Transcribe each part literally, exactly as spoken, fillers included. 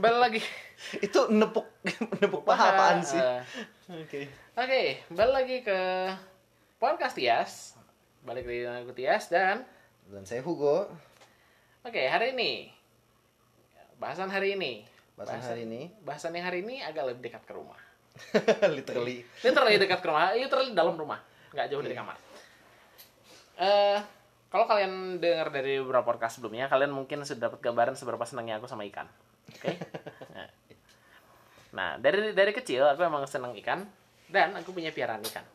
kembali lagi. Itu nepuk nepuk paha apaan sih? Oke. Oke. Oke, kembali lagi ke podcast Tias. Balik lagi dengan aku Tias dan Dan saya Hugo. oke, hari ini bahasan hari ini. Bahasan hari ini. Bahasan yang hari ini agak lebih dekat ke rumah. Literally. Literally dekat ke rumah, literally dalam rumah, nggak jauh dari kamar. Eh, kalau kalian dengar dari beberapa podcast sebelumnya, kalian mungkin sudah dapat gambaran seberapa senangnya aku sama ikan. Oke? Nah. Nah, dari dari kecil aku emang senang ikan dan aku punya piaraan ikan.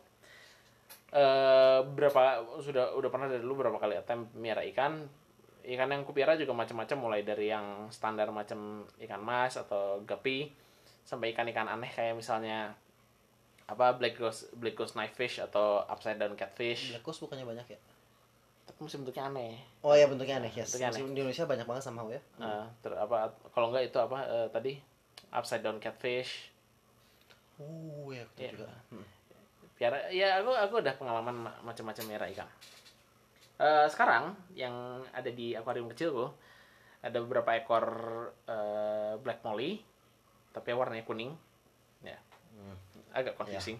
Eh, berapa sudah udah pernah dari dulu berapa kali attempt miara ikan. Ikan yang kupiara juga macam-macam, mulai dari yang standar macam ikan mas atau guppy sampai ikan-ikan aneh kayak misalnya apa black ghost black ghost knifefish atau upside down catfish. Black Ghost bukannya banyak ya? Tapi masih bentuknya aneh. Oh iya, bentuknya aneh, yes. Bentuknya aneh. Di Indonesia banyak banget sama ya. Uh, ter, apa kalau enggak itu apa uh, tadi upside down catfish. Oh ya, itu Ya. juga. Hmm. Piara ya aku aku udah pengalaman ma- macam-macam miara ikan. Uh, sekarang yang ada di akuarium kecilku ada beberapa ekor uh, black molly tapi warnanya kuning. Ya. Hmm. Agak confusing.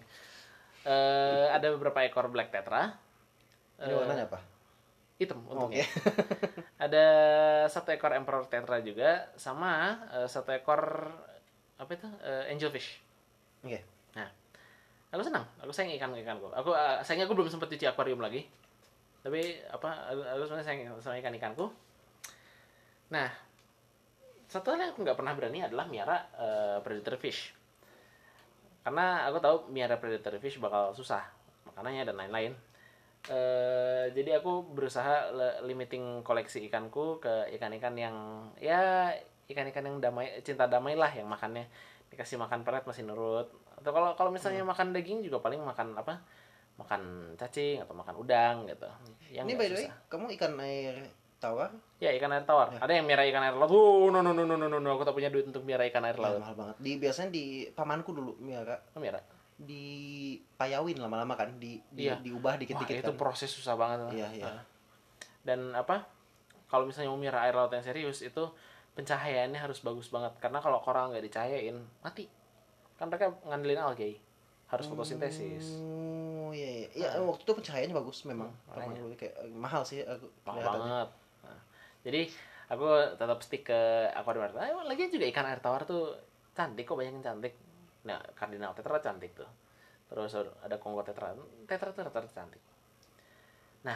Uh, ada beberapa ekor black tetra. Ini Uh, warnanya apa? hitam untungnya. Oke. Ada satu ekor emperor tetra juga sama uh, satu ekor apa itu uh, angelfish. Oke. Nah, aku senang. Aku sayang ikan ikanku. Aku uh, sayangnya aku belum sempat cuci akuarium lagi. Tapi apa? Aku, aku sebenarnya sayang sama ikan ikanku. Nah, satu hal yang aku nggak pernah berani adalah miara uh, predator fish. Karena aku tahu miara predator fish bakal susah makanannya dan lain-lain. Uh, jadi aku berusaha limiting koleksi ikanku ke ikan-ikan yang ya ikan-ikan yang damai, cinta damai lah, yang makannya dikasih makan pelet masih nurut. Atau kalau kalau misalnya hmm. makan daging juga paling makan apa? Makan cacing atau makan udang gitu. Yang Ini by the way, kamu ikan air tawar? Ya, ikan air tawar. Ya. Ada yang miara ikan air laut. Oh, no no no no no no, no. Aku tak punya duit untuk miara ikan air laut. Ya, mahal banget. Di biasanya di pamanku dulu miara. Oh, miara. Di payawin lama-lama kan, di, di iya. diubah dikit-dikit. Wah, itu kan. proses susah banget. Iya, iya. Nah. Dan apa? Kalau misalnya mau miara air laut yang serius itu pencahayaannya harus bagus banget, karena kalau koral nggak dicahayain mati. Kan mereka ngandelin algae. Harus fotosintesis. Oh iya iya. Iya, Nah. waktu itu pencahayaannya bagus memang. Hmm, Paman gue kayak mahal sih aku. Mahal banget. Nah, jadi aku tetap stick ke akuarium air tawar. Lagi juga ikan air tawar tuh cantik kok, banyak yang cantik. Nah, cardinal tetra cantik tuh. Terus ada Congo tetra. Tetra tuh rata-rata cantik. Nah,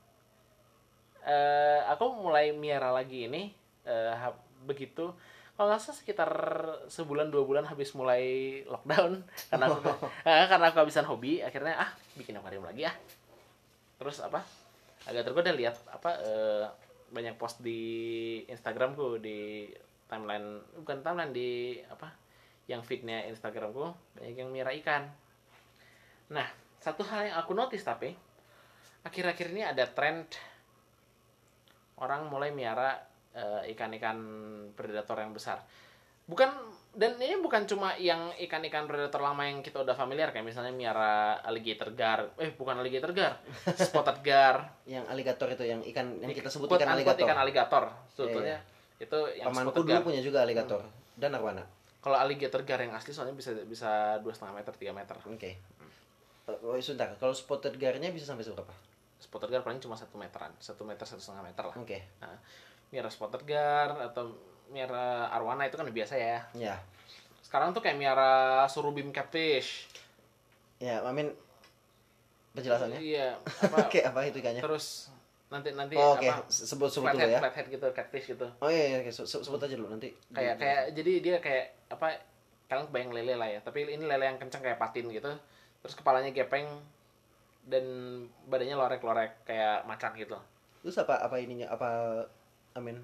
eh, aku mulai miara lagi ini eh, begitu kalau nggak salah sekitar sebulan dua bulan habis mulai lockdown karena aku eh, karena aku habisan hobi, akhirnya ah bikin akuarium lagi ah. Terus apa? Agak tergoda lihat apa eh, banyak post di Instagramku, di timeline bukan timeline di apa? Yang feednya Instagramku banyak yang miara ikan. Nah, satu hal yang aku notice tapi akhir-akhir ini ada trend orang mulai miara uh, ikan-ikan predator yang besar. Bukan, dan ini bukan cuma yang ikan-ikan predator lama yang kita udah familiar, kayak misalnya miara alligator gar. Eh, bukan alligator gar, spotted gar. Yang alligator itu, yang ikan yang kita sebut Quote ikan unquote alligator. ikan alligator. Sebetulnya yeah, yeah. itu yang pamanku spotted dulu gar. punya juga alligator hmm. dan arwana. Kalau alligator gar yang asli soalnya bisa bisa dua setengah meter, tiga meter. Oke. Okay. Oh, sebentar. Kalau spotted gar-nya bisa sampai berapa? Spotted gar paling cuma satu meteran, satu meter satu setengah meter lah. Oke. Okay. Nah, miara spotted gar atau miara arwana itu kan biasa ya. Ya. Sekarang tuh kayak miara surubim catfish. Ya, Amin. Penjelasannya? Iya. Apa? Oke, apa itu ikannya? Terus nanti nanti oh, oke, apa? sebut sebut flathead, dulu ya. Flathead gitu, catfish gitu. Oh iya, iya oke, sebut aja dulu nanti. Kayak kayak jadi dia kayak apa? Kalian bayang lele lah ya, tapi ini lele yang kencang kayak patin gitu. Terus kepalanya gepeng dan badannya lorek-lorek kayak macan gitu. Terus apa apa ininya? Apa Amin?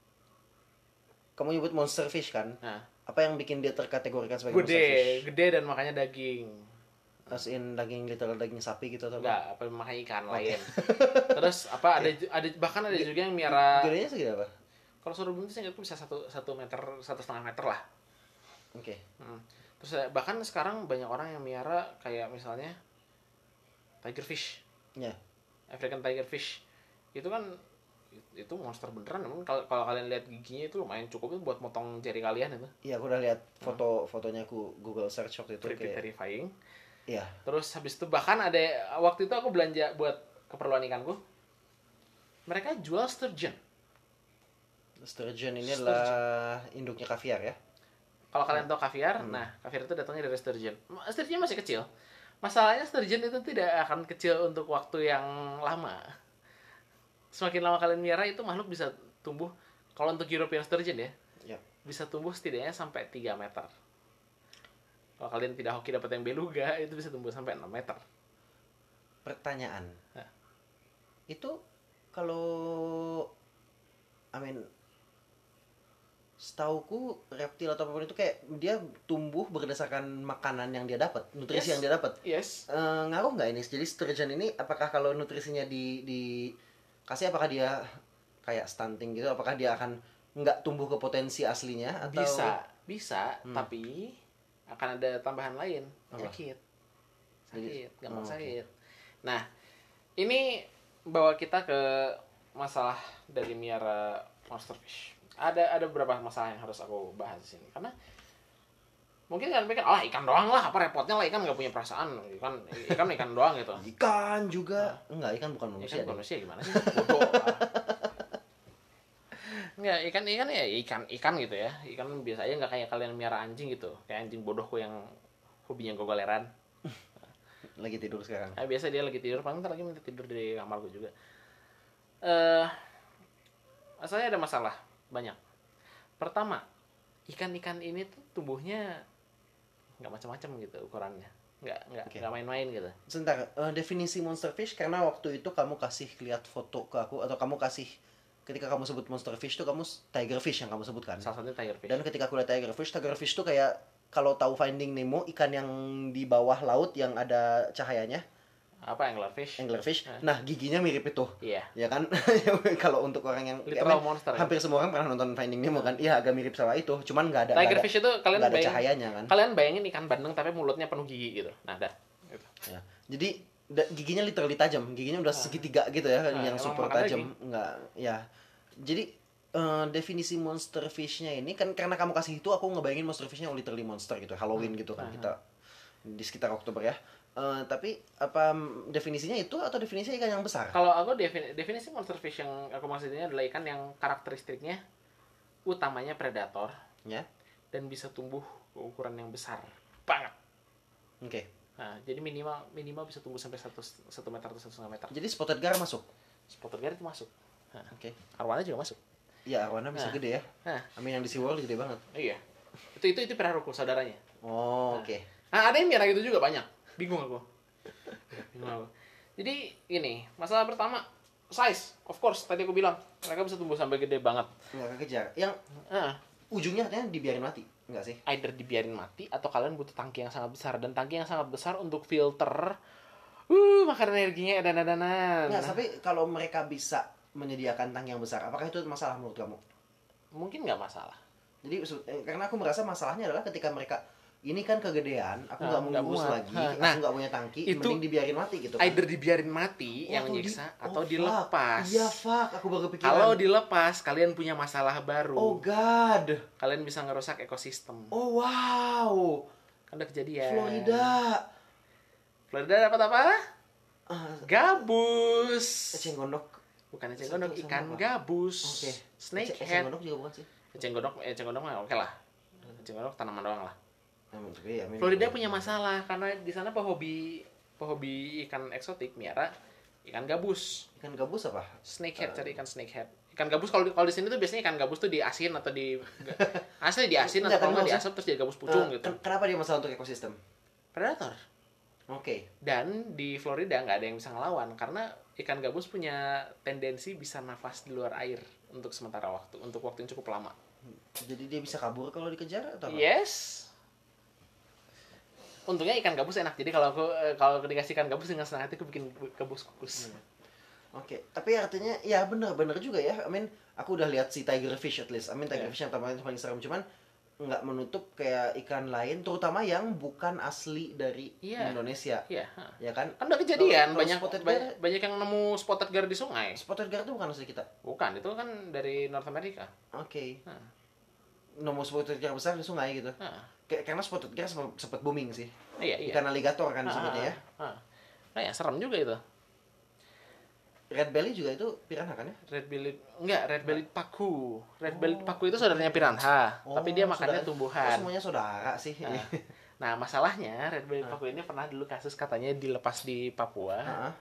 Kamu nyebut monster fish kan? Nah. Apa yang bikin dia terkategorikan sebagai gede, monster fish? Gede dan makanya daging. As in daging literal daging sapi gitu atau enggak, apa makanya ikan okay. lain. Terus apa ada ada bahkan ada juga yang miara. Gedenya segede apa? Kalau surubim itu seingatku bisa satu satu meter, satu setengah meter lah. Oke. Okay. Hmm. Terus bahkan sekarang banyak orang yang miara kayak misalnya tiger fish. Ya. Yeah. African tiger fish. Itu kan itu monster beneran. Emang kalau kalau kalian lihat giginya itu lumayan cukup buat motong jari kalian itu. Iya, aku udah lihat foto fotonya, aku Google search waktu itu Very kayak. terrifying. Iya. Terus habis itu bahkan ada waktu itu aku belanja buat keperluan ikanku. Mereka jual sturgeon. Sturgeon ini Sturgeon. adalah induknya kaviar ya. Kalau kalian tahu kaviar, Hmm. nah kaviar itu datangnya dari sturgeon. Sturgeon masih kecil. Masalahnya sturgeon itu tidak akan kecil untuk waktu yang lama. Semakin lama kalian miara itu makhluk bisa tumbuh. Kalau untuk European sturgeon ya, Ya. bisa tumbuh setidaknya sampai tiga meter. Kalau kalian tidak hoki dapat yang beluga, itu bisa tumbuh sampai enam meter. Pertanyaan. Hah? Itu kalau I mean setauku reptil atau apapun itu kayak dia tumbuh berdasarkan makanan yang dia dapat, nutrisi Yes. yang dia dapat. Yes. Eh, ngaruh nggak ini? Jadi sturgeon ini apakah kalau nutrisinya di di kasih, apakah dia kayak stunting gitu? Apakah dia akan nggak tumbuh ke potensi aslinya atau Bisa, bisa, Hmm. tapi akan ada tambahan lain, Apa? sakit. Jadi- Sakit, gampang oh, oke. sakit. Nah, ini bawa kita ke masalah dari miara monsterfish. Ada ada beberapa masalah yang harus aku bahas di sini karena mungkin kalian pikir, oh ikan doang lah, apa repotnya lah, ikan nggak punya perasaan, ikan ikan ikan doang gitu. ikan juga? Enggak, ikan bukan Ikan manusia. bukan deh. manusia gimana sih? Bodoh. Nggak, ikan ikan ya ikan ikan gitu ya. Ikan biasa aja nggak kayak kalian miara anjing gitu. Kayak anjing bodohku yang hobinya gogoleran. Lagi tidur sekarang. Nah, biasa dia lagi tidur, paling ntar lagi minta tidur di kamarku juga. Eh, asalnya ada masalah banyak. Pertama, ikan-ikan ini tuh tumbuhnya nggak macam-macam gitu ukurannya, nggak nggak Oke. nggak main-main gitu. Sebentar, eh, definisi monsterfish, karena waktu itu kamu kasih lihat foto ke aku, atau kamu kasih ketika kamu sebut monsterfish tuh kamu s- tigerfish yang kamu sebutkan. Salah satunya tigerfish. Dan ketika aku lihat tigerfish, tigerfish tuh kayak kalau tahu Finding Nemo, ikan yang di bawah laut yang ada cahayanya, Apa anglerfish? anglerfish. Eh. Nah, giginya mirip itu. Iya. Ya kan? Kalau untuk orang yang Literal I mean, monster. hampir semua orang pernah nonton Finding Nemo kan? Iya, agak mirip sama itu, cuman nggak ada nggak ada, Tigerfish itu kalian nggak ada bayangin, cahayanya kan? kalian bayangin ikan bandeng tapi mulutnya penuh gigi gitu. Nah, dah. Gitu. Ya. Jadi da- giginya literally tajam, giginya udah segitiga gitu ya, Nah, yang emang super makan tajam. Enggak, ya. Jadi eh, definisi monsterfish-nya ini kan karena kamu kasih itu, aku ngebayangin monsterfish-nya literally monster gitu, Halloween gitu kan, Nah. kita di sekitar Oktober ya. Eh, tapi apa mm, definisinya itu atau definisinya ikan yang besar? Kalau aku defini- definisi monsterfish yang aku maksudnya adalah ikan yang karakteristiknya utamanya predator Ya. dan bisa tumbuh ke ukuran yang besar banget. Oke. Nah, jadi minimal minimal bisa tumbuh sampai satu satu meter atau satu setengah meter. Jadi spotted gar masuk. Spotted gar itu masuk. Nah, Oke. arwana juga masuk. Ya, arwana bisa Nah. gede ya. Nah, Amin yang di SeaWorld gede banget. iya. Itu itu itu peraruku saudaranya. Oh, oke. Nah, ada yang merah gitu juga banyak. Bingung aku. Bingung aku. Jadi ini, masalah pertama size. Of course, tadi aku bilang mereka bisa tumbuh sampai gede banget. Enggak kekejar. Yang Nah, ujungnya katanya dibiarin mati. Enggak sih? either dibiarin mati atau kalian butuh tangki yang sangat besar, dan tangki yang sangat besar untuk filter uh makan energinya edan-edanan. Enggak, tapi kalau mereka bisa menyediakan tangki yang besar, apakah itu masalah menurut kamu? Mungkin nggak masalah. Jadi se- eh, karena aku merasa masalahnya adalah ketika mereka ini kan kegedean, aku Nah, nggak mau nggak ngurus muat. lagi, Nah, aku nggak punya tangki, itu mending dibiarin mati gitu kan. Either dibiarin mati Oh, yang atau di- nyiksa oh, atau fuck. dilepas. Iya, fuck, aku baru kepikiran. Kalau dilepas, kalian punya masalah baru. Oh god. Kalian bisa ngerusak ekosistem. Oh wow. Kan udah kejadian. Florida. Florida dapat apa? Ah, Gabus. eceng gondok. Bukan eceng gondok, Satu sama ikan apa? gabus. Oke. Ece- Eceng Snakehead. gondok juga bukan sih? Eceng gondok, eceng gondok mah oke lah. Eceng gondok tanaman doang lah. Nah, tapi ya, I mean- Florida punya masalah karena di sana pehobi pehobi ikan eksotik miara ikan gabus. Ikan gabus apa? Snakehead, cari ikan snakehead. Ikan gabus kalau di, kalau di sini tuh biasanya ikan gabus tuh diasin atau di asli diasin atau Enggak, kalau tapi nggak maksud- diasap terus jadi gabus pucung Eh, gitu. ken- Kenapa dia masalah untuk ekosistem? Predator. Oke. Dan di Florida nggak ada yang bisa ngelawan karena ikan gabus punya tendensi bisa nafas di luar air untuk sementara waktu, untuk waktu yang cukup lama. Jadi dia bisa kabur kalau dikejar atau apa? Yes. Untungnya ikan gabus enak. Jadi kalau aku eh, kalau aku dikasih ikan gabus dengan senang hati aku bikin gabus kukus. Oke, tapi artinya ya bener-bener juga ya. I mean, aku udah lihat si tigerfish at least. I mean Iya. tigerfish yang tampaknya paling serem, cuman nggak menutup kayak ikan lain, terutama yang bukan asli dari Iya. Indonesia. Iya. Ya kan? Kan udah kejadian Kalau- kalau banyak spotted banyak, gar- banyak yang nemu spotted gar di sungai. Spotted gar itu bukan asli kita. Bukan, itu kan dari North America. Oke. Nah. Nemu spotted gar besar di sungai gitu. Nah. Kayak karena spotted gar sempat, sempat booming sih. Iya, iya. Ikan aligator kan disebutnya ya. Ah, ah. Nah, ya serem juga itu. Red belly juga itu piranha kan ya? Red bellied enggak, red bellied paku. Red bellied paku itu saudaranya piranha, tapi dia makannya saudara- tumbuhan. Oh, semuanya saudara sih. Nah, nah, masalahnya red bellied paku ini pernah dulu kasus katanya dilepas di Papua. Heeh.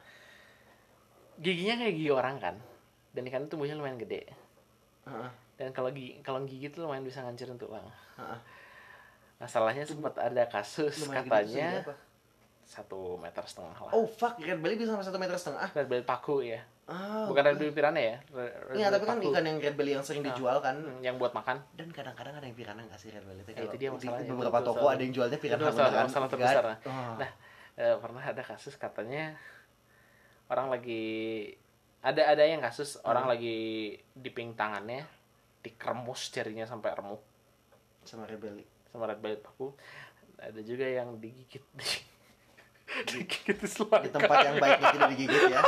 Giginya kayak gigi orang kan. Dan ikan tumbuhnya lumayan gede. Heeh. Dan kalau gigi kalau gigit tuh lumayan bisa ngancurin tulang. Heeh. Masalahnya sempat ada kasus Lumayan gede tuh katanya segede apa? satu meter setengah lah. Oh fuck, red belly bisa sampai satu meter setengah. Red bellied paku ya. Ah, Bukan red bellied piranha ya. Red- red Iya, bellied tapi kan paku. ikan yang red belly yang sering dijual kan. Hmm, yang buat makan. Dan kadang-kadang ada yang piranha nggak sih red belly itu? Ya, kalau itu dia di masalahnya. beberapa Itu toko masalah. ada yang jualnya piranha Itu masalah, beneran. masalah Kan? terbesar. Oh. Nah, eh, pernah ada kasus katanya orang lagi ada ada yang kasus orang Hmm. lagi diping tangannya dikeremus jarinya sampai remuk Sama red belly. sama red bellied paku. Ada juga yang digigit di digigit di selangkangan. Di tempat yang baiknya tidak digigit ya.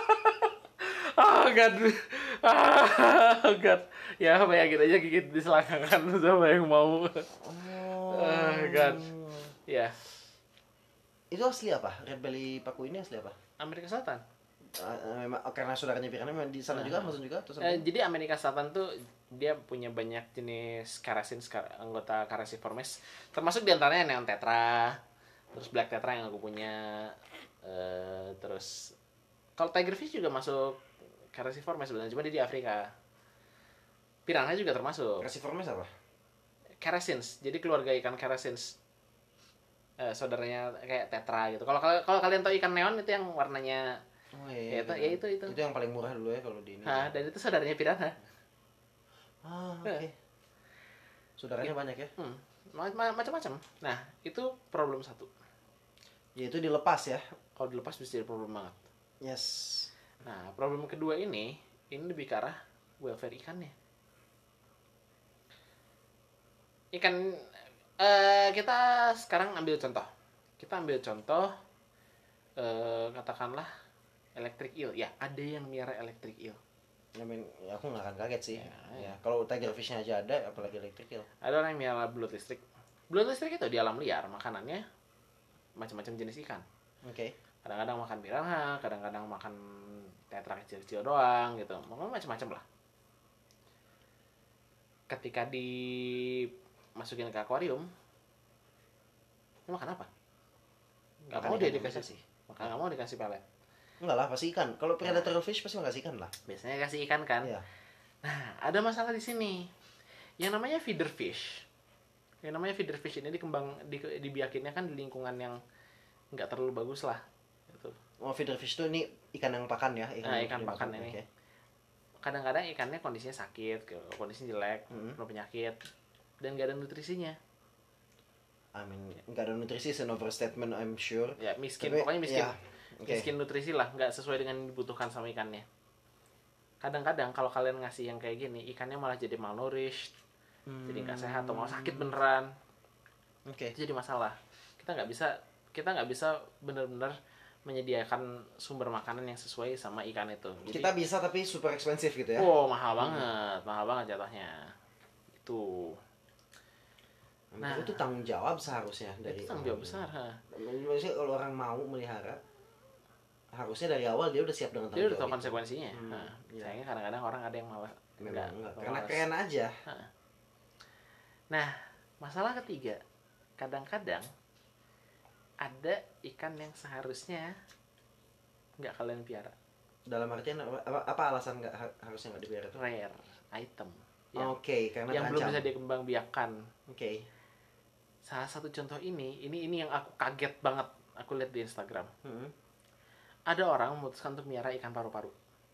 Ah, God. Ah, God. Ya, bayangin aja gigit di selangkangan sama yang mau. Oh. Ah, God. Ya, Itu asli apa? Red belly paku ini asli apa? Amerika Selatan. Uh, memang oh, karena saudaranya piranha memang di sana juga, Amazon juga atau Eh, sama? jadi Amerika Selatan tuh dia punya banyak jenis Carasis, anggota Carassiformes, termasuk diantaranya Neon Tetra, terus Black Tetra yang aku punya, eh, terus kalau Tigerfish juga masuk Carassiformes sebenarnya, cuma dia di Afrika. Piranha juga termasuk. Crassiformes apa? Characins, jadi keluarga ikan Characins. Eh, saudaranya kayak Tetra gitu. Kalau kalau kalau kalian tahu ikan neon itu yang warnanya Oh Ya, iya. itu- benar. ya itu- itu. Itu yang paling murah dulu ya kalau di ini. ah, dan itu saudaranya piranha. Ah, oke. Saudaranya banyak ya. Hmm, ma- ma- macam-macam. Nah, itu problem satu. Ya itu dilepas ya. Kalau dilepas bisa jadi problem banget. Yes. Nah, problem kedua ini, ini lebih ke arah welfare ikannya. Ikan, eh, kita sekarang ambil contoh. Kita ambil contoh, eh, katakanlah electric eel. Ya, ada yang miara electric eel. I mean, ya aku nggak akan kaget sih. Ya, Ya, kalau tiger fishnya aja ada, apalagi electric eel. Ada orang yang miara belut listrik. Belut listrik itu di alam liar, makanannya macam-macam jenis ikan. Oke. Kadang-kadang makan piranha, kadang-kadang makan tetra kecil-kecil doang gitu. Makanya macam-macam lah. Ketika dimasukin ke akuarium, dia makan apa? Gak Makan mau ikan dia yang dikasih biasa sih. Makan nggak mau dikasih pelet. Enggak lah, pasti ikan. Kalau predator fish pasti nggak kasih ikan lah. Biasanya kasih ikan kan. Iya. Nah, ada masalah di sini. Yang namanya feeder fish. Yang namanya feeder fish ini dikembang di, dibiakinnya kan di lingkungan yang nggak terlalu bagus lah. Gitu. Oh, feeder fish tuh ini ikan yang pakan ya? Nah, yang ikan dimakan. pakan ini. Oke. Kadang-kadang ikannya kondisinya sakit, kondisinya jelek, Hmm. penuh penyakit, dan nggak ada nutrisinya. I mean, nggak ada nutrisi, is an overstatement, I'm sure. Ya miskin, Tapi, pokoknya miskin. ya, oke. Miskin nutrisi lah, nggak sesuai dengan yang dibutuhkan sama ikannya. Kadang-kadang kalau kalian ngasih yang kayak gini, ikannya malah jadi malnourished, jadi nggak sehat atau malah sakit beneran. Oke. Itu jadi masalah. Kita nggak bisa kita nggak bisa benar-benar menyediakan sumber makanan yang sesuai sama ikan itu. Jadi, Kita bisa tapi super expensive gitu ya. wow, mahal banget, mahal banget jatuhnya. Itu. Nah, Nah. itu tanggung jawab seharusnya dari Itu tanggung jawab besar. Ha. Maksudnya kalau orang mau melihara, harusnya dari awal dia udah siap dengan Dia tanggung udah tahu jawab itu. konsekuensinya. Hmm, Nah, iya. sayangnya kadang-kadang orang ada yang malah Memang enggak, atau karena malas. keren aja. Nah, masalah ketiga, kadang-kadang ada ikan yang seharusnya nggak kalian piara, Dalam artian apa, apa, apa alasan nggak ha- harusnya nggak dibiarkan itu? rare item, Oke, yang, karena yang belum terancam. bisa dikembangbiakan. Oke. Salah satu contoh ini, ini ini yang aku kaget banget, aku lihat di Instagram. Hmm. Ada orang memutuskan untuk miara ikan paru-paru.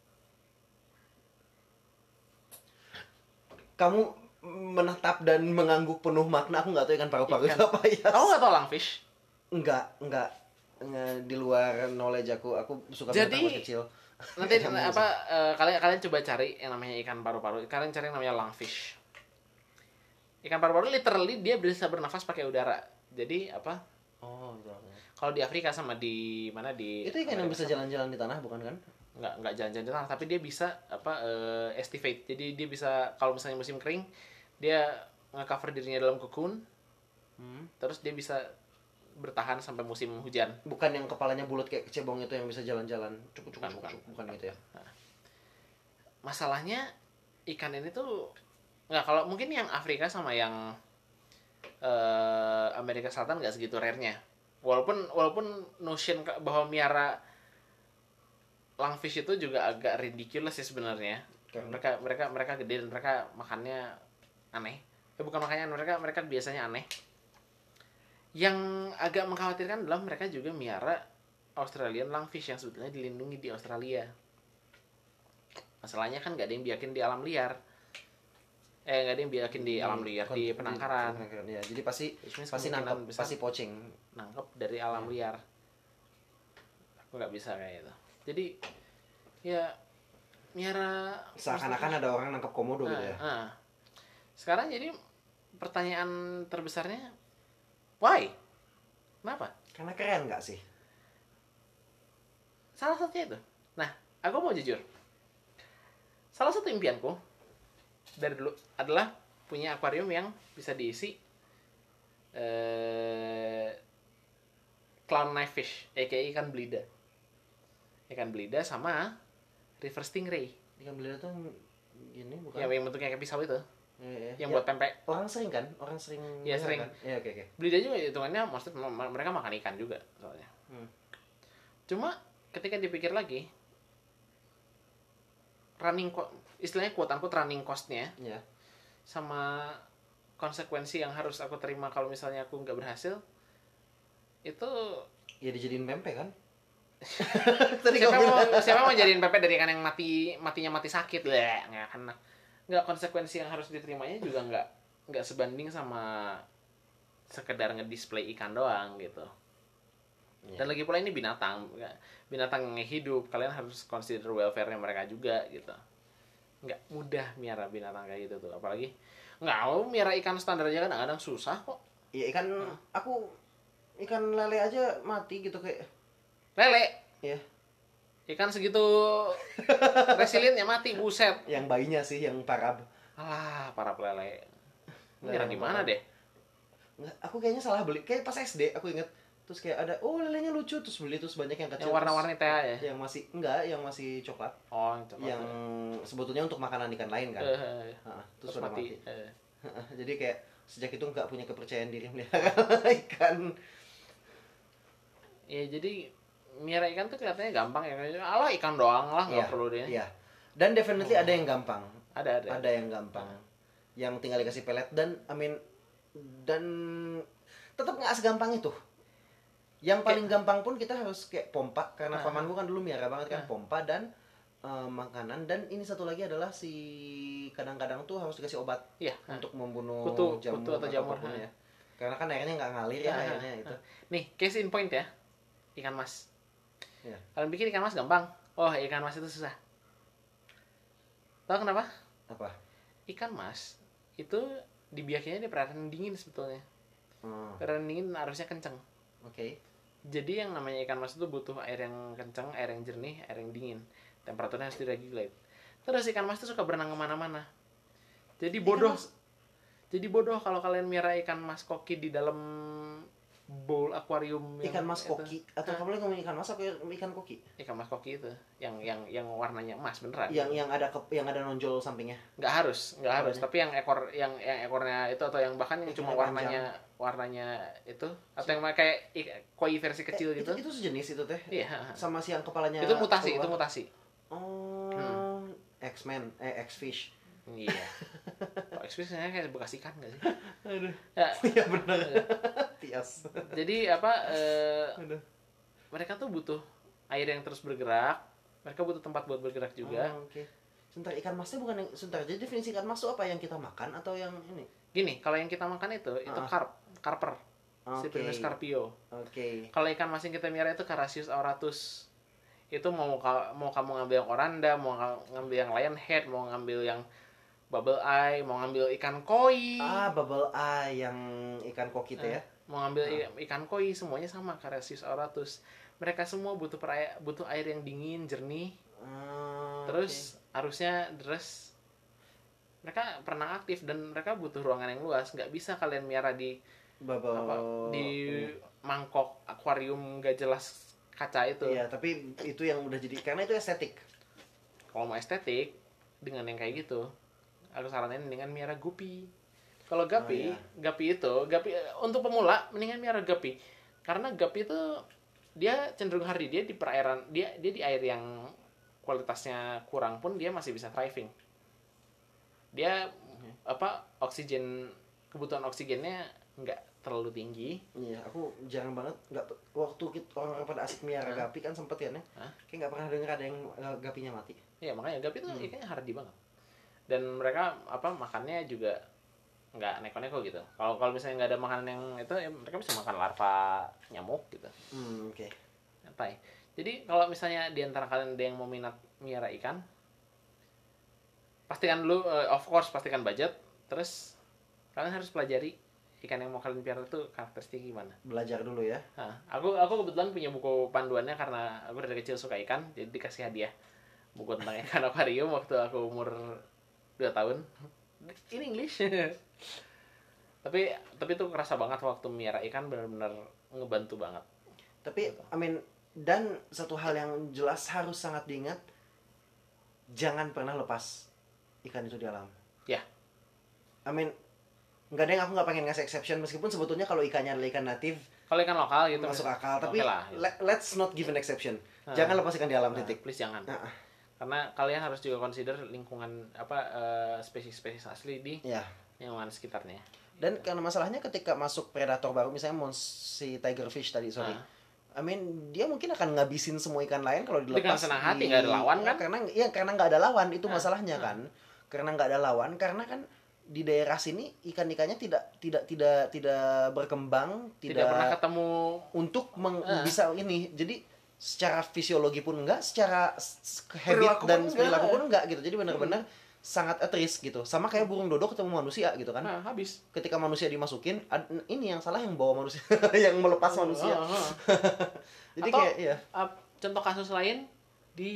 Kamu menetap dan mengangguk penuh makna. Aku nggak tahu ikan paru-paru Ikan- itu apa ya. Kamu nggak tahu langfish? Enggak, enggak. Nge- di luar knowledge aku, aku suka Jadi, binatang masih kecil. Nanti Yang apa eh, kalian kalian coba cari yang namanya ikan paru-paru. Kalian cari yang namanya langfish. Ikan paru-paru literally dia bisa bernafas pakai udara. Jadi apa? Oh, gitu. Kalau di Afrika sama di mana di Itu ikan yang Amerika bisa Selatan. jalan-jalan di tanah bukan kan? nggak nggak jalan-jalan di tanah, tapi dia bisa apa eh, estivate. Jadi dia bisa kalau misalnya musim kering dia nge-cover dirinya dalam cocoon, Hmm. terus dia bisa bertahan sampai musim hujan. Bukan yang kepalanya bulat kayak kecebong itu yang bisa jalan-jalan. Cuk cuk Bukan, cuk bukan. cuk. Bukan gitu ya. Masalahnya ikan ini tuh nggak, kalau mungkin yang Afrika sama yang eh, Amerika Selatan nggak segitu rare-nya. Walaupun walaupun notion ke- bahwa miara lungfish itu juga agak ridiculous sih sebenarnya. Karena- Mereka mereka mereka gede dan mereka makannya aneh. Eh, bukan makannya mereka mereka biasanya aneh. Yang agak mengkhawatirkan adalah mereka juga miara Australian lungfish yang sebetulnya dilindungi di Australia. Masalahnya kan nggak ada yang biakin di alam liar. Eh nggak ada yang biakin di alam liar, Bukan- di penangkaran. penangkaran, ya. Jadi pasti Which means pasti kemungkinan nangkep, besar pasti poaching. nangkep dari alam liar. Aku nggak bisa kayak itu. Jadi ya miara Seakan-akan ada orang nangkep komodo gitu ya. Ah, ah. Sekarang jadi pertanyaan terbesarnya, why? Kenapa? Karena keren nggak sih? Salah satunya itu. Nah, aku mau jujur. Salah satu impianku dari dulu adalah punya akuarium yang bisa diisi eh, clown knife fish, aka ikan belida. Ikan belida sama river stingray. Ikan belida tuh gini bukan? Yang, yang bentuknya kayak pisau itu, Ya, ya. yang Ya, buat pempek. orang sering kan? Orang sering. Iya, lihat sering. Kan? Ya, oke oke. Belida juga hitungannya, maksudnya m- mereka makan ikan juga soalnya. Hmm. Cuma ketika dipikir lagi, running co- istilahnya quote unquote running cost-nya Ya. sama konsekuensi yang harus aku terima kalau misalnya aku nggak berhasil, itu Ya dijadiin pempek kan? siapa mau siapa mau jadiin pepet dari ikan yang mati matinya mati sakit lah, nggak akan. Nggak, konsekuensi yang harus diterimanya juga nggak nggak sebanding sama sekedar ngedisplay ikan doang gitu. Ya. Dan lagi pula ini binatang, binatang yang hidup, kalian harus consider welfare-nya mereka juga gitu. Nggak mudah miara binatang kayak gitu tuh, apalagi nggak mau miara ikan standar aja kan kadang susah kok. Ya ikan aku ikan lele aja mati gitu kayak. Lele, Ya. ikan segitu resilientnya mati, buset. Yang bayinya sih yang parab. Alah, para pelele. Nggak, Miara yang di mana parab. deh? Nggak, aku kayaknya salah beli. Kayak pas S D aku inget. Terus kayak ada, oh lelenya lucu, terus beli terus banyak yang kecil. Yang warna-warni teh ya. Terus yang masih enggak, yang masih coklat. Oh, yang coklat. Yang sebetulnya untuk makanan ikan lain kan. Eh, Nah, terus terus udah mati. mati. Eh. Jadi kayak sejak itu nggak punya kepercayaan diri melihara ikan. Ya jadi miara ikan tuh kelihatannya gampang ya. Alah ikan doang lah, nggak Iya, perlu deh. Iya. Dan definitely ada yang gampang. Ada ada. Ada yang gampang. Yang tinggal dikasih pelet dan I mean dan tetap nggak segampang itu. Yang paling gampang pun kita harus kayak pompa karena Ah. pamanku kan dulu miara banget kan, Ah. pompa dan eh, makanan. Dan ini satu lagi adalah si kadang-kadang tuh harus dikasih obat Iya. untuk membunuh Kutu- jamur kutu atau jamur, apapun ah. ya. Karena kan airnya nggak ngalir ya Ah, airnya ah, itu. Nih, case in point ya. Ikan mas. Ya. Kalian pikir ikan mas gampang? Oh, ikan mas itu susah. Tahu kenapa? Apa? Ikan mas itu dibiakinnya di perairan dingin sebetulnya. Oh, Perairan dingin arusnya kenceng. oke. Jadi yang namanya ikan mas itu butuh air yang kenceng, air yang jernih, air yang dingin. Temperaturnya harus diregulate. Terus ikan mas itu suka berenang kemana-mana. Jadi bodoh. Ikan mas- Jadi bodoh kalau kalian miara ikan mas koki di dalam bowl akuarium yang Ikan mas itu. koki atau kamu lagi ngomong ikan mas apa ikan koki? Ikan mas koki itu yang yang yang warnanya emas beneran. Yang yang ada ke, yang ada nonjol sampingnya. Nggak harus, nggak harus. Warnanya. Tapi yang ekor yang yang ekornya itu atau yang bahkan yang cuma Ekornya warnanya warnanya itu atau yang kayak i- koi versi kecil Eh, gitu. Itu, itu sejenis itu teh. Iya. Sama si yang kepalanya. Itu mutasi, itu keluar. mutasi. Oh, X-Men, eh X-Fish. Iya. Kok ekspresinya kayak bekas ikan nggak sih? Aduh. Ya, Iya benar. Tias. jadi apa? eh, Aduh. mereka tuh butuh air yang terus bergerak. Mereka butuh tempat buat bergerak juga. Oh, oke. Sebentar, ikan masnya bukan yang sebentar. Jadi definisi ikan mas itu apa yang kita makan atau yang ini? Gini, kalau yang kita makan itu itu Ah. carp, carper, Oke. Cyprinus carpio. Oke. Kalau ikan mas yang kita miara itu Carassius auratus. Itu mau ka- mau kamu ngambil yang oranda, mau nga- ngambil yang lion head, mau ngambil yang bubble eye, mau ngambil ikan koi. Ah, bubble eye yang ikan koki itu ya. Mau ngambil i- ikan koi, semuanya sama Cariopsis auratus. Mereka semua butuh perai- butuh air yang dingin, jernih. Ah, Terus arusnya deras. Mereka pernah aktif dan mereka butuh ruangan yang luas. Nggak bisa kalian miara di oke. Bubble apa di mangkok akuarium nggak jelas kaca itu. Iya, tapi itu yang udah jadi karena itu estetik. Kalau mau estetik dengan yang kayak gitu, aku saranin dengan miara guppy. Kalau guppy, Oh, iya. guppy itu, guppy eh, untuk pemula mendingan miara guppy. Karena guppy itu dia cenderung hardy, dia di perairan, dia dia di air yang kualitasnya kurang pun dia masih bisa thriving. Dia apa oksigen kebutuhan oksigennya nggak terlalu tinggi. Iya, aku jarang banget nggak waktu kita orang pada asik miara Hah? gapi kan sempet ya nih. Hah? Kayak nggak pernah dengar ada yang eh, gapinya mati. Ya makanya guppy itu Hmm. ikannya hardy banget. Dan mereka apa makannya juga nggak neko-neko gitu. Kalau kalau misalnya nggak ada makanan yang itu, ya mereka bisa makan larva nyamuk gitu. Hmm, oke. Santai. Jadi kalau misalnya di antara kalian ada yang mau minat miara ikan, pastikan dulu, eh, of course pastikan budget. Terus kalian harus pelajari ikan yang mau kalian piara itu karakteristiknya gimana. Belajar dulu ya. Nah, aku aku kebetulan punya buku panduannya karena aku dari kecil suka ikan, jadi dikasih hadiah buku tentang ikan akuarium waktu aku umur dua tahun. In English. tapi tapi itu kerasa banget waktu miara ikan, benar-benar ngebantu banget. Tapi I mean dan satu hal yang jelas harus sangat diingat, jangan pernah lepas ikan itu di alam. Ya. I mean nggak ada yang aku nggak pengen ngasih exception meskipun sebetulnya kalau ikannya adalah ikan natif Kalau ikan lokal gitu masuk mis- akal, tapi oke lah, gitu. le- let's not give an exception. Nah. Jangan lepas ikan di alam, Nah, titik. please jangan. Nah, ah. Karena kalian harus juga consider lingkungan apa eh, spesies-spesies asli di ya. lingkungan sekitarnya. Dan karena masalahnya ketika masuk predator baru, misalnya mons si tigerfish tadi, sorry. Ah. I mean, dia mungkin akan ngabisin semua ikan lain kalau Dengan dilepas. senang hati, di- nggak ada lawan, kan? Karena iya karena nggak ada lawan, itu Ah, masalahnya ah. kan. Karena nggak ada lawan, karena kan di daerah sini ikan-ikannya tidak tidak tidak tidak berkembang, Tidak, tidak, pernah ketemu untuk meng- Ah. bisa ini. Jadi secara fisiologi pun enggak, secara s- habit Perilaku dan pun enggak. perilaku pun enggak gitu. Jadi benar-benar sangat at risk gitu. Sama kayak burung dodo ketemu manusia gitu kan. nah, habis. Ketika manusia dimasukin, ad- ini yang salah yang bawa manusia, yang melepas manusia. Ah, ah. Jadi Atau, kayak ya. ah, contoh kasus lain di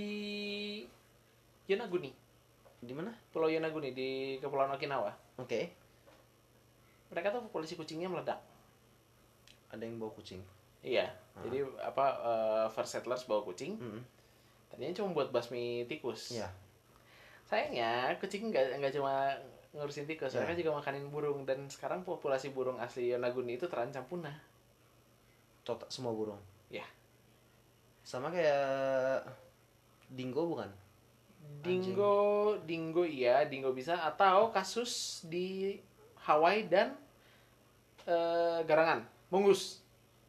Yonaguni, Di mana? Pulau Yonaguni di Kepulauan Okinawa. Oke. Mereka tuh populasi kucingnya meledak. Ada yang bawa kucing. Iya. Jadi apa eh, first settlers bawa kucing. Hmm. Tadinya cuma buat basmi tikus. Iya. Sayangnya kucing nggak nggak cuma ngurusin tikus, Ya. mereka juga makanin burung, dan sekarang populasi burung asli Yonaguni itu terancam punah. Total semua burung. Ya. Sama kayak dingo bukan? Dingo, dingo iya, dingo bisa, atau kasus di Hawaii dan eh, Garangan, mongoose.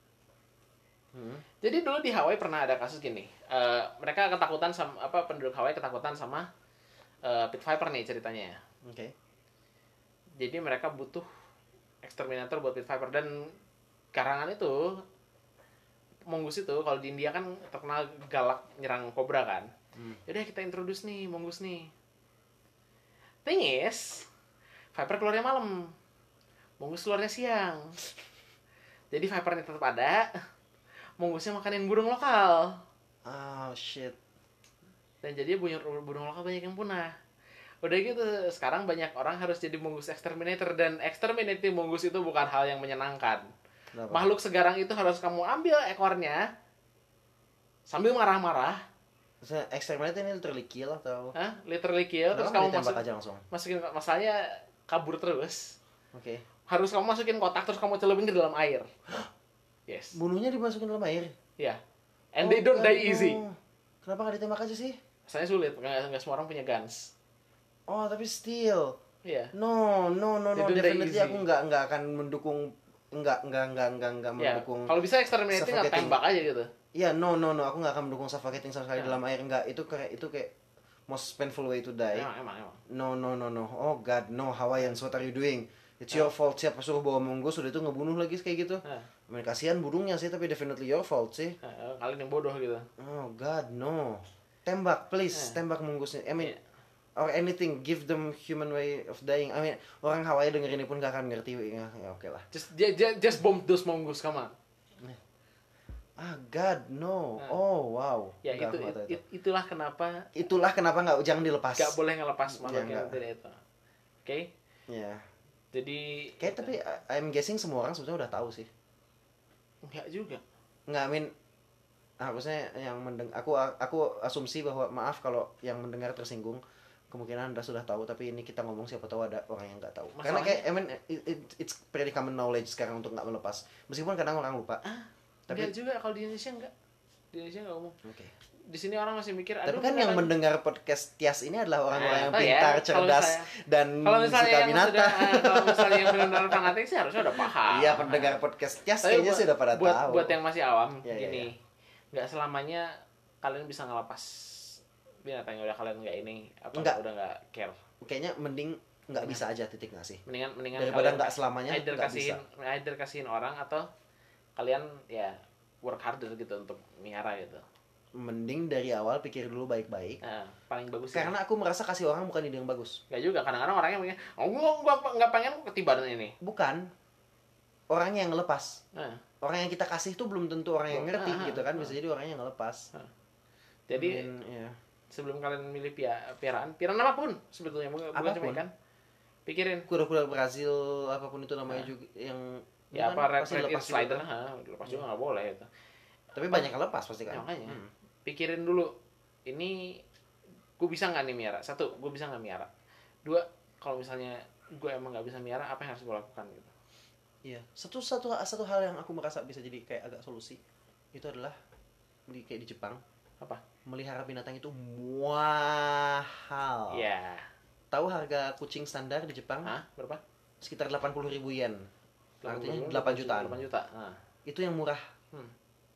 Hmm. Jadi dulu di Hawaii pernah ada kasus gini. Eh, mereka ketakutan sama apa penduduk Hawaii ketakutan sama eh, pit viper nih ceritanya. Oke. Jadi mereka butuh exterminator buat pit viper, dan Garangan itu mongoose itu kalau di India kan terkenal galak nyerang kobra kan. Hmm. Yaudah kita introduce nih mongoose nih. Thing is, viper keluarnya malam, mongoose keluarnya siang. Jadi vipernya tetap ada, mongoose-nya makanin burung lokal. Oh shit. Dan jadi burung, burung lokal banyak yang punah. Udah gitu, sekarang banyak orang harus jadi mongoose exterminator, dan exterminating mongoose itu bukan hal yang menyenangkan. Kenapa? Makhluk segarang itu harus kamu ambil ekornya sambil marah-marah, Maksudnya ekstremalnya ini literally kill atau? Hah? Literally kill, terus Kenapa kamu nggak ditembak masuk, aja langsung? masukin, masalahnya kabur terus. Oke. Harus kamu masukin kotak terus kamu celupin ke dalam air. Yes. Bunuhnya dimasukin dalam air. Ya. And Oh, they don't God, die easy. no. Kenapa nggak ditembak aja sih? Saya sulit, nggak, nggak semua orang punya guns. Oh tapi still. Iya. No, no, no, They no. don't die Definitely easy. aku nggak nggak akan mendukung, nggak nggak nggak nggak nggak Ya. mendukung. Kalau bisa exterminating nggak suffocating. tembak aja gitu. Iya, no, no, no. Aku nggak akan mendukung suffocating sama sekali Ya. dalam air. Nggak. Itu kayak itu kayak most painful way to die. Emang, emang, emang. No, no, no, no. Oh God, no. Hawaiians, what are you doing? It's your fault. Siapa suruh bawa mongoose udah itu ngebunuh lagi kayak gitu. Nah, I mean, kasihan burungnya sih, tapi definitely your fault sih. nah, kalian yang bodoh gitu. Oh God, no. Tembak, please. Eh. Tembak mongoose-nya. I mean, Iya. or anything, give them human way of dying. I mean, orang Hawaii denger ini pun gak akan ngerti. Ya, ya oke lah. Just just, just bomb those mongoose, come on. Ah God, no. Nah. Oh wow. Ya Enggak, itu, aku nggak tahu it, itulah kenapa Itulah kenapa nggak jangan dilepas. nggak boleh ngelepas Ya, makhluk yang nggak. tidak itu. Oke. Okay? Ya. Jadi Kayak tapi I- I'm guessing semua orang sebetulnya udah tahu sih. enggak juga. Nggak, I mean harusnya yang mendeng aku aku asumsi bahwa maaf kalau yang mendengar tersinggung, kemungkinan Anda sudah tahu, tapi ini kita ngomong siapa tahu ada orang yang nggak tahu. Karena Masalahnya- kayak I mean it, it- it's pretty common knowledge sekarang untuk nggak melepas. Meskipun kadang orang lupa. Ah, Tapi- enggak juga kalau di Indonesia enggak. Di Indonesia enggak umum. Oke. Di sini orang masih mikir Tapi aduh, kan yang beneran. mendengar podcast Tias ini adalah orang-orang Nah, yang tahu ya, pintar, kalau cerdas, misalnya- dan Kalau misalnya suka yang binatang. sudah ah, kalau misalnya yang benar-benar fanatik sih harusnya udah paham. Iya, pendengar podcast Tias Tapi kayaknya buat- sih udah pada buat, tahu. Buat yang masih awam Iya, iya, gini. iya. Nggak selamanya kalian bisa ngelepas binatang yang udah kalian nggak ini apa Nggak. udah nggak care. Kayaknya mending nggak bisa aja, titik nggak sih? Mendingan mendingan Daripada kalian nggak selamanya either nggak kasihin either kasihin orang atau kalian ya work harder gitu untuk miara gitu. Mending dari awal pikir dulu baik-baik. Nah, paling bagus sih. Karena aku merasa kasih orang bukan ide yang bagus. Nggak juga, kadang-kadang orangnya mikir, oh gua gua nggak pengen ketibaran ini. Bukan. Orangnya yang ngelepas. Nah, Orang yang kita kasih tuh belum tentu orang yang ngerti Ah, gitu kan. ah. Bisa jadi orangnya yang ngelepas. jadi Mungkin, ya. sebelum kalian milih pia, piaraan, piaraan apapun sebetulnya bukan bukan cuma Apapun. ikan. Pikirin Kuda-kuda Brazil apapun itu namanya Ah. juga yang ya kan apa red pasti red dilepas juga slider, kan. ha, dilepas juga nggak boleh itu. Tapi banyak yang lepas pasti kan. Ya, makanya Hmm. pikirin dulu ini gue bisa nggak nih miara. Satu, gue bisa nggak miara. Dua, kalau misalnya gue emang nggak bisa miara, apa yang harus gue lakukan gitu. Iya, satu satu satu hal yang aku merasa bisa jadi kayak agak solusi itu adalah di kayak di Jepang, Apa? melihara binatang itu mahal. Ya. Tahu harga kucing standar di Jepang Hah? Berapa? sekitar delapan puluh ribu yen. Artinya delapan delapan jutaan. delapan juta. Nah. Itu yang murah, Hmm.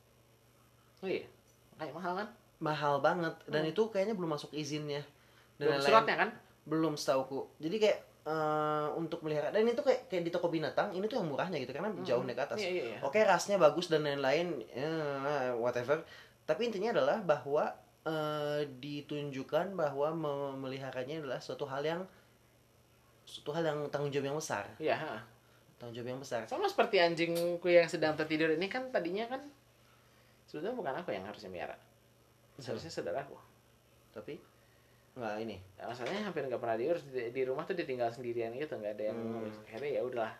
Oh iya. Kayak mahal kan? mahal banget dan Hmm. itu kayaknya belum masuk izinnya. Dan Belum lain-lain. suratnya kan? Belum setauku. Jadi kayak eh, untuk melihara dan itu kayak kayak di toko binatang ini tuh yang murahnya gitu karena jauh naik ke atas. Iya, iya, iya. Oke, rasnya bagus dan lain-lain, eh, whatever. Tapi intinya adalah bahwa eh, ditunjukkan bahwa memeliharanya adalah suatu hal yang suatu hal yang tanggung jawab yang besar, Iya, ha. tanggung jawab yang besar. Sama seperti anjingku yang sedang tertidur ini kan tadinya kan sebetulnya bukan aku yang harusnya miara. Seharusnya saudaraku. Tapi nggak ini. Nah, masalahnya hampir nggak pernah diurus di, di rumah tuh ditinggal sendirian gitu, nggak ada yang Hmm. ngurus. Akhirnya ya udahlah.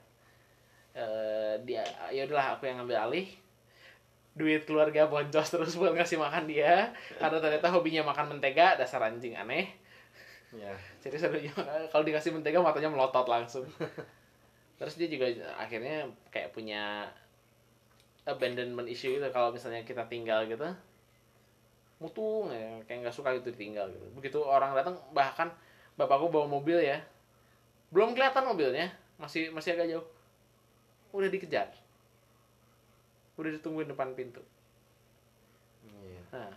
Eh dia ya udahlah aku yang ngambil alih. Duit keluarga boncos terus buat ngasih makan dia karena ternyata hobinya makan mentega, dasar anjing aneh. Ya. Jadi sebenarnya kalau dikasih mentega matanya melotot langsung. Terus dia juga akhirnya kayak punya abandonment issue gitu kalau misalnya kita tinggal gitu. Mutung ya, kayak nggak suka gitu ditinggal gitu. Begitu orang datang, bahkan bapakku bawa mobil ya. Belum kelihatan mobilnya, masih masih agak jauh. Udah dikejar. Udah ditungguin depan pintu. Iya. Nah.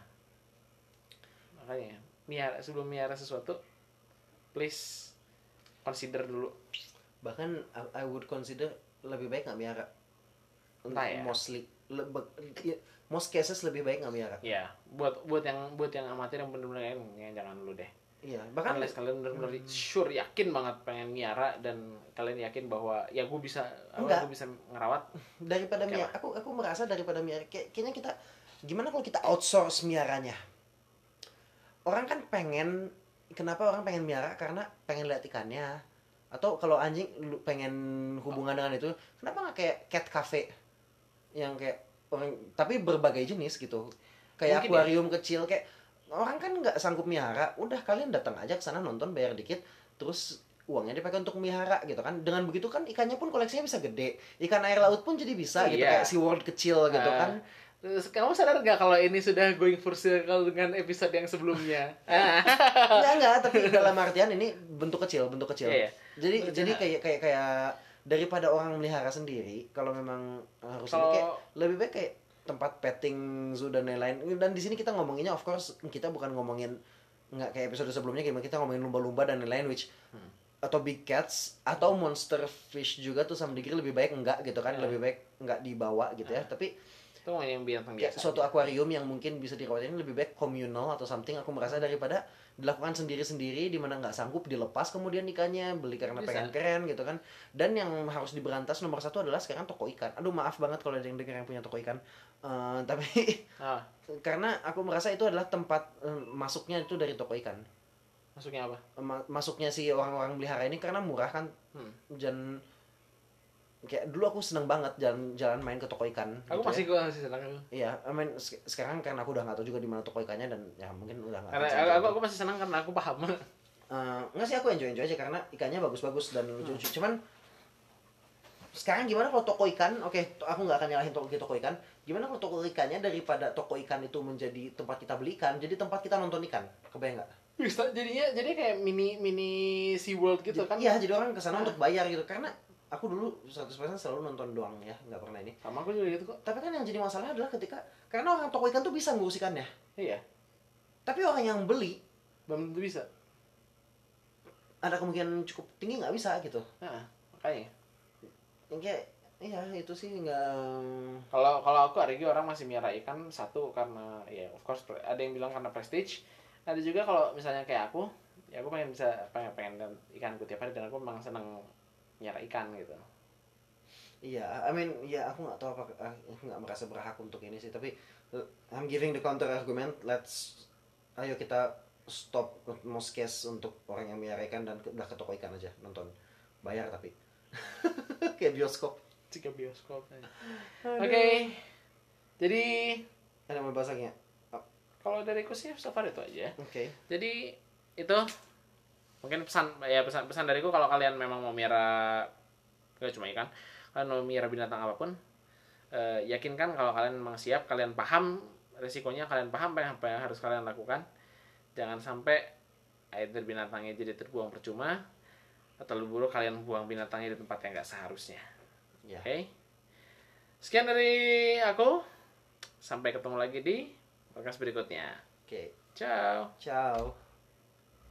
Makanya, miara sebelum miara sesuatu please consider dulu. Bahkan I, I would consider lebih baik nggak miara. Entah ya. Mostly, lebe- ya, most cases lebih baik nggak miara. Ya, buat buat yang buat yang amatir yang bener-bener ya, jangan dulu deh. Iya, bahkan Unless kalian bener-bener sure yakin banget pengen miara dan kalian yakin bahwa ya gue bisa Enggak. gue bisa ngerawat. daripada Oke miara, lah. aku aku merasa daripada miara, kayak, kayaknya kita gimana kalau kita outsource miaranya? Orang kan pengen, kenapa orang pengen miara? Karena pengen lihat ikannya. Atau kalau anjing lu pengen hubungan dengan itu, kenapa nggak kayak cat cafe yang kayak orang, tapi berbagai jenis gitu, kayak Mungkin akuarium kecil kayak orang kan nggak sanggup miara, udah kalian datang aja ke sana nonton bayar dikit, terus uangnya dipakai untuk miara gitu kan. Dengan begitu kan ikannya pun koleksinya bisa gede, ikan air laut pun jadi bisa gitu, Iya. kayak SeaWorld kecil gitu Ah. kan. Terus kamu sadar nggak kalau ini sudah going full circle dengan episode yang sebelumnya? Enggak enggak, tapi dalam artian ini bentuk kecil, bentuk kecil. Iya, iya. Jadi Bentuk jadi kecil. kayak kayak kayak daripada orang melihara sendiri, kalau memang harus ini Kalau- kayak lebih baik kayak tempat petting zoo dan lain-lain. Dan di sini kita ngomonginnya of course kita bukan ngomongin nggak kayak episode sebelumnya gimana kita ngomongin lumba-lumba dan lain-lain which Hmm. atau big cats atau monster fish juga tuh sama degree lebih baik enggak gitu kan, Hmm. lebih baik enggak dibawa gitu ya. Tapi Itu yang binatang Kayak biasa. suatu akuarium yang mungkin bisa dirawatin lebih baik communal atau something, aku merasa, daripada dilakukan sendiri-sendiri di mana nggak sanggup dilepas kemudian ikannya, beli karena Bisa. pengen keren gitu kan. Dan yang harus diberantas nomor satu adalah sekarang toko ikan. Aduh maaf banget kalau ada yang dengar yang punya toko ikan. Eh, tapi Ah, karena aku merasa itu adalah tempat eh, masuknya itu dari toko ikan. masuknya apa? Ma- masuknya si orang-orang melihara ini karena murah kan. Hmm. Dan kayak dulu aku seneng banget jalan jalan main ke toko ikan. Aku gitu masih ya. gua masih senang itu. Iya, I mean, se- sekarang karena aku udah nggak tahu juga di mana toko ikannya dan ya mungkin udah nggak Karena akan aku, sejago. aku, aku masih senang karena aku paham. Eh, nggak sih, aku enjoy enjoy aja karena ikannya bagus-bagus dan lucu-lucu. Hmm. Cuman sekarang gimana kalau toko ikan? Oke, to- aku nggak akan nyalahin toko toko ikan. Gimana kalau toko ikannya daripada toko ikan itu menjadi tempat kita beli ikan, jadi tempat kita nonton ikan? Kebayang nggak? Bisa jadinya jadi kayak mini mini Sea World gitu kan. Iya, jadi orang kesana Nah. untuk bayar gitu. Karena aku dulu seratus persen selalu nonton doang ya, nggak pernah ini. Sama aku juga gitu kok. Tapi kan yang jadi masalah adalah ketika karena orang toko ikan tuh bisa ngurus ikannya, Iya, tapi orang yang beli belum tentu bisa. ada kemungkinan cukup tinggi nggak bisa gitu. Nah, makanya. Yang kayak iya itu sih nggak. Kalau kalau aku hari ini orang masih miara ikan satu karena ya of course pre- ada yang bilang karena prestige. Ada juga kalau misalnya kayak aku, ya aku pengen bisa pengen pengen lihat ikanku tiap hari dan aku memang senang miara ikan gitu. Iya, I mean, ya aku nggak tahu apa, aku nggak merasa berhak untuk ini sih. Tapi uh, I'm giving the counter argument. Let's, ayo kita stop most case untuk orang yang melihara ikan dan ke- udah ke toko ikan aja nonton, bayar tapi kayak bioskop. Jika bioskop. Oke. Jadi Ada mau bahas lagi nggak? Oh, kalau dariku sih so far itu aja. Oke. Jadi itu mungkin pesan ya pesan pesan dariku kalau kalian memang mau miara gak cuma ikan, kalian mau miara binatang apapun, eh, yakinkan kalau kalian memang siap, kalian paham risikonya, kalian paham apa yang, apa yang harus kalian lakukan. Jangan sampai either binatangnya jadi terbuang percuma atau lebih buruk kalian buang binatangnya di tempat yang nggak seharusnya. Ya. Oke. Sekian dari aku. Sampai ketemu lagi di podcast berikutnya. Oke. Ciao. Ciao.